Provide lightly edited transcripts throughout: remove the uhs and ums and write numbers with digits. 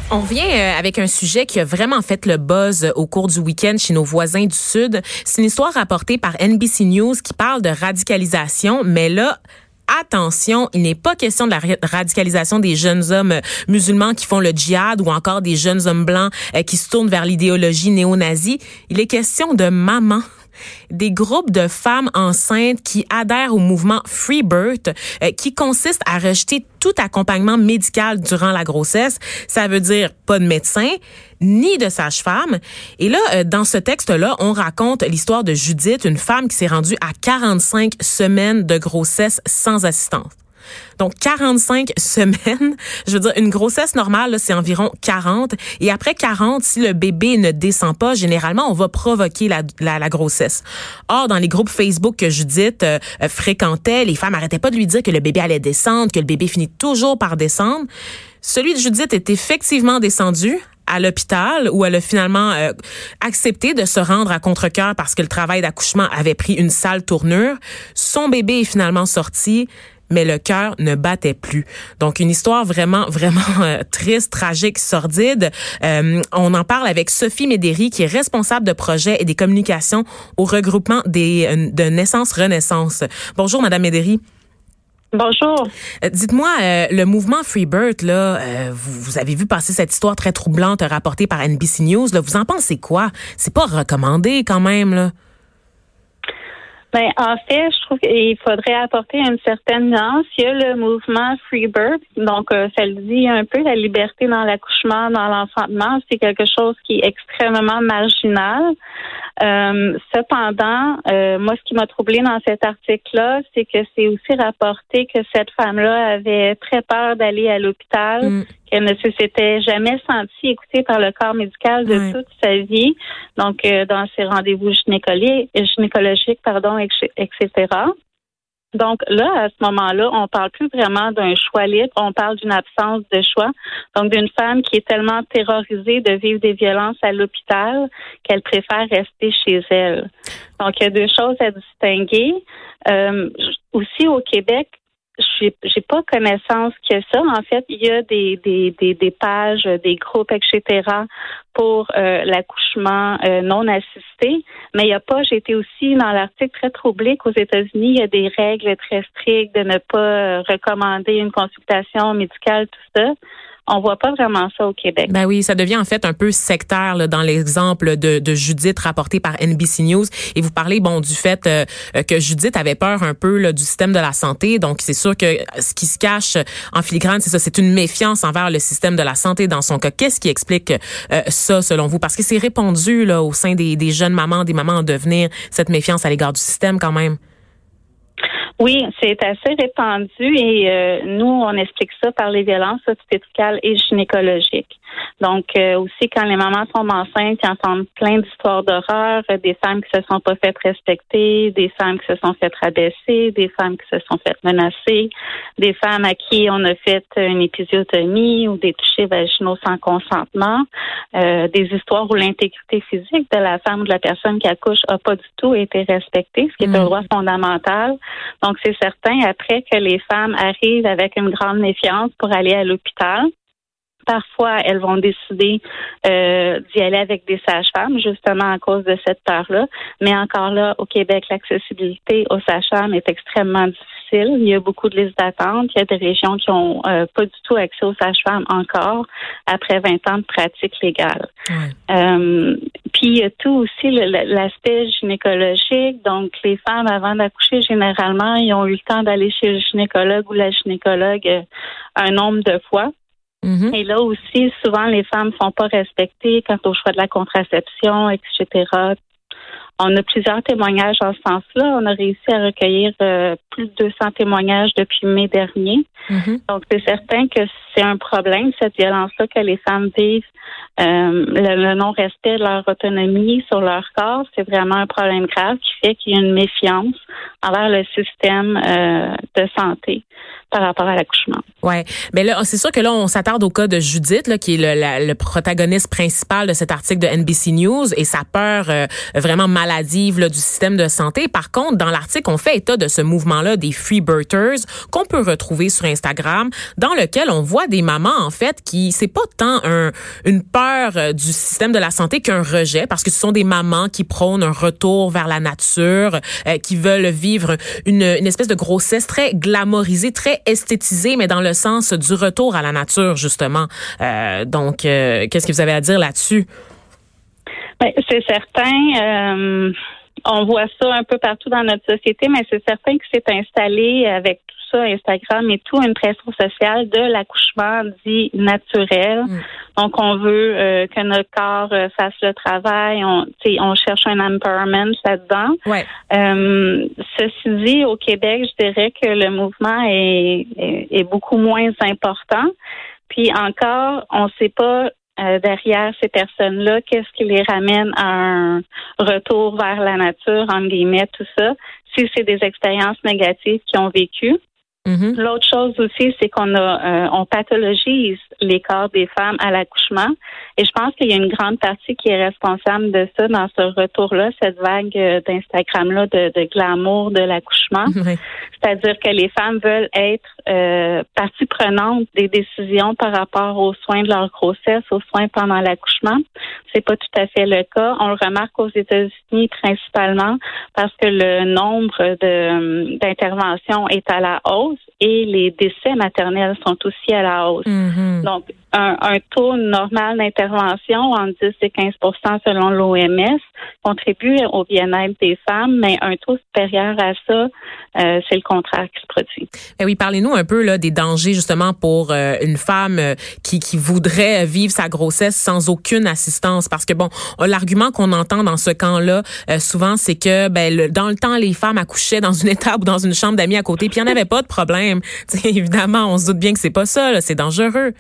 On revient avec un sujet qui a vraiment fait le buzz au cours du week-end chez nos voisins du Sud. C'est une histoire rapportée par NBC News qui parle de radicalisation, mais là, attention, il n'est pas question de la radicalisation des jeunes hommes musulmans qui font le djihad ou encore des jeunes hommes blancs qui se tournent vers l'idéologie néo-nazie. Il est question de mamans. Des groupes de femmes enceintes qui adhèrent au mouvement Free Birth, qui consiste à rejeter tout accompagnement médical durant la grossesse. Ça veut dire pas de médecin, ni de sage-femme. Et là, dans ce texte-là, on raconte l'histoire de Judith, une femme qui s'est rendue à 45 semaines de grossesse sans assistance. Donc, 45 semaines, je veux dire, une grossesse normale, là, c'est environ 40. Et après 40, si le bébé ne descend pas, généralement, on va provoquer la grossesse. Or, dans les groupes Facebook que Judith fréquentait, les femmes arrêtaient pas de lui dire que le bébé allait descendre, que le bébé finit toujours par descendre. Celui de Judith est effectivement descendu à l'hôpital où elle a finalement accepté de se rendre à contre-cœur parce que le travail d'accouchement avait pris une sale tournure. Son bébé est finalement sorti, mais le cœur ne battait plus. Donc, une histoire vraiment triste, tragique, sordide. On en parle avec Sophie Médéry, qui est responsable de projet et des communications au regroupement de Naissance Renaissance. Bonjour, Madame Médéry. Bonjour. Dites-moi, le mouvement Free Birth, là, vous avez vu passer cette histoire très troublante rapportée par NBC News. Là, vous en pensez quoi? C'est pas recommandé quand même, là? Ben, en fait, je trouve qu'il faudrait apporter une certaine nuance. Il y a le mouvement Free Birth, donc ça le dit un peu, la liberté dans l'accouchement, dans l'enfantement, c'est quelque chose qui est extrêmement marginal. Cependant, moi, ce qui m'a troublée dans cet article-là, c'est que c'est aussi rapporté que cette femme-là avait très peur d'aller à l'hôpital, qu'elle ne s'était jamais sentie écoutée par le corps médical de toute sa vie. Donc, dans ses rendez-vous gynécologiques, etc. Donc là, à ce moment-là, on parle plus vraiment d'un choix libre, on parle d'une absence de choix. Donc d'une femme qui est tellement terrorisée de vivre des violences à l'hôpital qu'elle préfère rester chez elle. Donc il y a deux choses à distinguer. Aussi au Québec, j'ai pas connaissance que ça. En fait, il y a des pages, des groupes, etc. pour l'accouchement non assisté, mais il y a pas. J'ai été aussi dans l'article très troublée qu'aux États-Unis, il y a des règles très strictes de ne pas recommander une consultation médicale, tout ça. On voit pas vraiment ça au Québec. Ben oui, ça devient en fait un peu sectaire là, dans l'exemple de Judith rapporté par NBC News. Et vous parlez du fait que Judith avait peur un peu là, du système de la santé. Donc c'est sûr que ce qui se cache en filigrane, c'est ça, c'est une méfiance envers le système de la santé dans son cas. Qu'est-ce qui explique ça selon vous? Parce que c'est répandu là au sein des jeunes mamans, des mamans en devenir, cette méfiance à l'égard du système quand même. Oui, c'est assez répandu et nous, on explique ça par les violences obstétricales et gynécologiques. Donc, aussi, quand les mamans tombent enceintes, ils entendent plein d'histoires d'horreur, des femmes qui se sont pas faites respecter, des femmes qui se sont faites rabaisser, des femmes qui se sont faites menacer, des femmes à qui on a fait une épisiotomie ou des touchés vaginaux sans consentement, des histoires où l'intégrité physique de la femme ou de la personne qui accouche a pas du tout été respectée, ce qui est un droit fondamental. Donc, c'est certain, après que les femmes arrivent avec une grande méfiance pour aller à l'hôpital, parfois, elles vont décider d'y aller avec des sages-femmes, justement à cause de cette peur-là. Mais encore là, au Québec, l'accessibilité aux sages-femmes est extrêmement difficile. Il y a beaucoup de listes d'attente. Il y a des régions qui ont pas du tout accès aux sages-femmes encore après 20 ans de pratique légale. Puis, il y a tout aussi l'aspect gynécologique. Donc, les femmes, avant d'accoucher, généralement, ils ont eu le temps d'aller chez le gynécologue ou la gynécologue un nombre de fois. Et là aussi, souvent, les femmes ne sont pas respectées quant au choix de la contraception, etc. On a plusieurs témoignages en ce sens-là. On a réussi à recueillir plus de 200 témoignages depuis mai dernier. Donc, c'est certain que c'est un problème, cette violence-là que les femmes vivent. Le non-respect de leur autonomie sur leur corps, c'est vraiment un problème grave qui fait qu'il y a une méfiance envers le système de santé. par rapport à l'accouchement. Ouais, mais là c'est sûr que là on s'attarde au cas de Judith là, qui est le protagoniste principal de cet article de NBC News et sa peur vraiment maladive là, du système de santé. Par contre, dans l'article, on fait état de ce mouvement-là des Freebirthers qu'on peut retrouver sur Instagram, dans lequel on voit des mamans en fait qui c'est pas tant une peur du système de la santé qu'un rejet, parce que ce sont des mamans qui prônent un retour vers la nature, qui veulent vivre une espèce de grossesse très glamourisée, très esthétisée, mais dans le sens du retour à la nature, justement. Donc, qu'est-ce que vous avez à dire là-dessus? Ben, c'est certain. On voit ça un peu partout dans notre société, mais c'est certain que c'est installé avec tout ça, Instagram et tout, une pression sociale de l'accouchement dit naturel. Donc, on veut que notre corps fasse le travail. On cherche un empowerment là-dedans. Ouais. Ceci dit, au Québec, je dirais que le mouvement est beaucoup moins important. Puis encore, on ne sait pas derrière ces personnes-là, qu'est-ce qui les ramène à un retour vers la nature, entre guillemets, tout ça, si c'est des expériences négatives qu'ils ont vécues. Mm-hmm. L'autre chose aussi, c'est on pathologise les corps des femmes à l'accouchement. Et je pense qu'il y a une grande partie qui est responsable de ça dans ce retour-là, cette vague d'Instagram-là de glamour de l'accouchement. Oui. C'est-à-dire que les femmes veulent être partie prenante des décisions par rapport aux soins de leur grossesse, aux soins pendant l'accouchement. C'est pas tout à fait le cas. On le remarque aux États-Unis principalement parce que le nombre d'interventions est à la hausse et les décès maternels sont aussi à la hausse. Mm-hmm. Donc, un taux normal d'intervention entre 10 et 15 % selon l'OMS contribue au bien-être des femmes, mais un taux supérieur à ça, c'est le contraire qui se produit. Et oui, parlez-nous un peu là des dangers justement pour une femme qui voudrait vivre sa grossesse sans aucune assistance, parce que bon, l'argument qu'on entend dans ce camp-là souvent, c'est que dans le temps, les femmes accouchaient dans une étable ou dans une chambre d'amis à côté, puis il n'y en avait pas de problème. T'sais, évidemment, on se doute bien que c'est pas ça, là, c'est dangereux.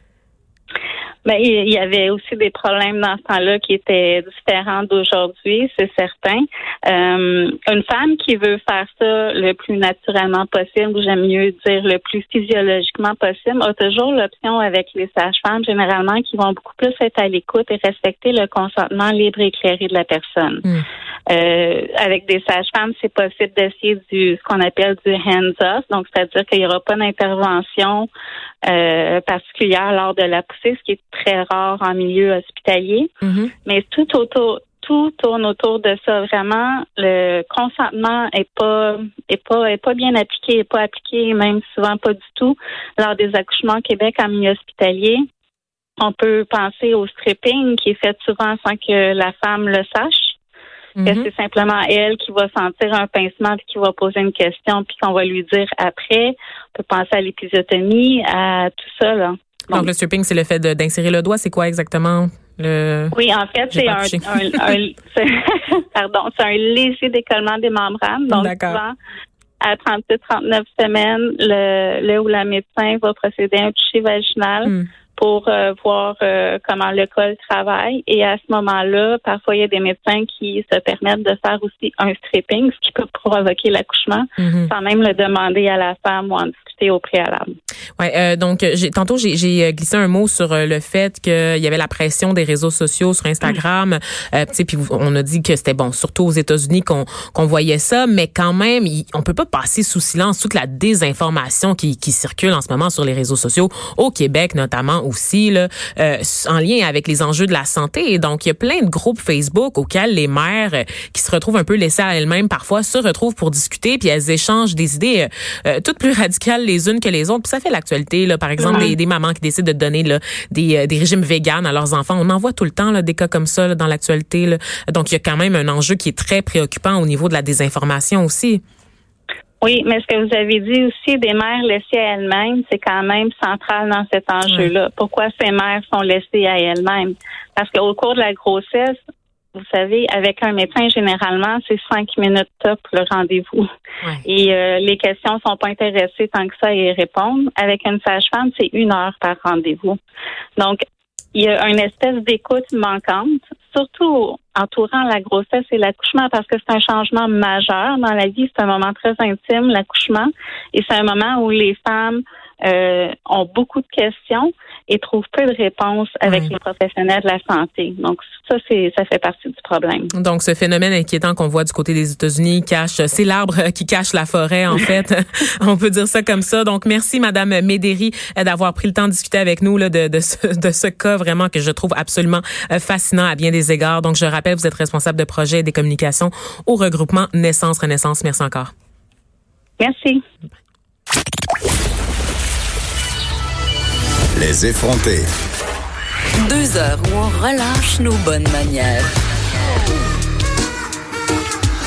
Ben, il y avait aussi des problèmes dans ce temps-là qui étaient différents d'aujourd'hui, c'est certain. Une femme qui veut faire ça le plus naturellement possible, ou j'aime mieux dire le plus physiologiquement possible, a toujours l'option avec les sages-femmes, généralement, qui vont beaucoup plus être à l'écoute et respecter le consentement libre et éclairé de la personne. Avec des sages-femmes, c'est possible d'essayer ce qu'on appelle du hands-off, donc c'est-à-dire qu'il n'y aura pas d'intervention particulière lors de la poussée, ce qui est très rare en milieu hospitalier. Mm-hmm. Mais tout tourne autour de ça. Vraiment, le consentement est pas bien appliqué, est pas appliqué, même souvent pas du tout lors des accouchements au Québec en milieu hospitalier. On peut penser au stripping qui est fait souvent sans que la femme le sache. Mm-hmm. Que c'est simplement elle qui va sentir un pincement puis qui va poser une question puis qu'on va lui dire après. On peut penser à l'épisiotomie, à tout ça, là. Donc, le stripping, c'est le fait d'insérer le doigt. C'est quoi exactement? Oui, en fait, c'est c'est un léger décollement des membranes. Donc, souvent, à 38-39 semaines, le ou la médecin va procéder à un toucher vaginal pour voir comment le col travaille. Et à ce moment-là, parfois, il y a des médecins qui se permettent de faire aussi un stripping, ce qui peut provoquer l'accouchement, sans même le demander à la femme ou en discuter au préalable. Ouais, donc tantôt j'ai glissé un mot sur le fait qu'il y avait la pression des réseaux sociaux sur Instagram, puis on a dit que c'était bon, surtout aux États-Unis qu'on voyait ça, mais quand même on peut pas passer sous silence toute la désinformation qui circule en ce moment sur les réseaux sociaux au Québec notamment aussi là, en lien avec les enjeux de la santé. Et donc il y a plein de groupes Facebook auxquels les mères qui se retrouvent un peu laissées à elles-mêmes parfois se retrouvent pour discuter, puis elles échangent des idées toutes plus radicales les unes que les autres. Puis ça fait l'actualité, là, par exemple, des mamans qui décident de donner là, des régimes véganes à leurs enfants. On en voit tout le temps là, des cas comme ça là, dans l'actualité. Là. Donc, il y a quand même un enjeu qui est très préoccupant au niveau de la désinformation aussi. Oui, mais ce que vous avez dit aussi des mères laissées à elles-mêmes, c'est quand même central dans cet enjeu-là. Oui. Pourquoi ces mères sont laissées à elles-mêmes? Parce qu'au cours de la grossesse, vous savez, avec un médecin, généralement, c'est 5 minutes top le rendez-vous. Ouais. Et les questions sont pas intéressées tant que ça à y répondre. Avec une sage-femme, c'est 1 heure par rendez-vous. Donc, il y a une espèce d'écoute manquante. surtout entourant la grossesse et l'accouchement, parce que c'est un changement majeur dans la vie. C'est un moment très intime, l'accouchement, et c'est un moment où les femmes ont beaucoup de questions et trouvent peu de réponses avec les professionnels de la santé. Donc, ça fait partie du problème. Donc, ce phénomène inquiétant qu'on voit du côté des États-Unis c'est l'arbre qui cache la forêt, en fait. On peut dire ça comme ça. Donc, merci, Madame Médéry, d'avoir pris le temps de discuter avec nous là, de ce cas vraiment que je trouve absolument fascinant à bien des égards. Donc, je rappelle, vous êtes responsable de projet et des communications au regroupement Naissance Renaissance. Merci encore. Merci. Les effrontés. 2 heures où on relâche nos bonnes manières.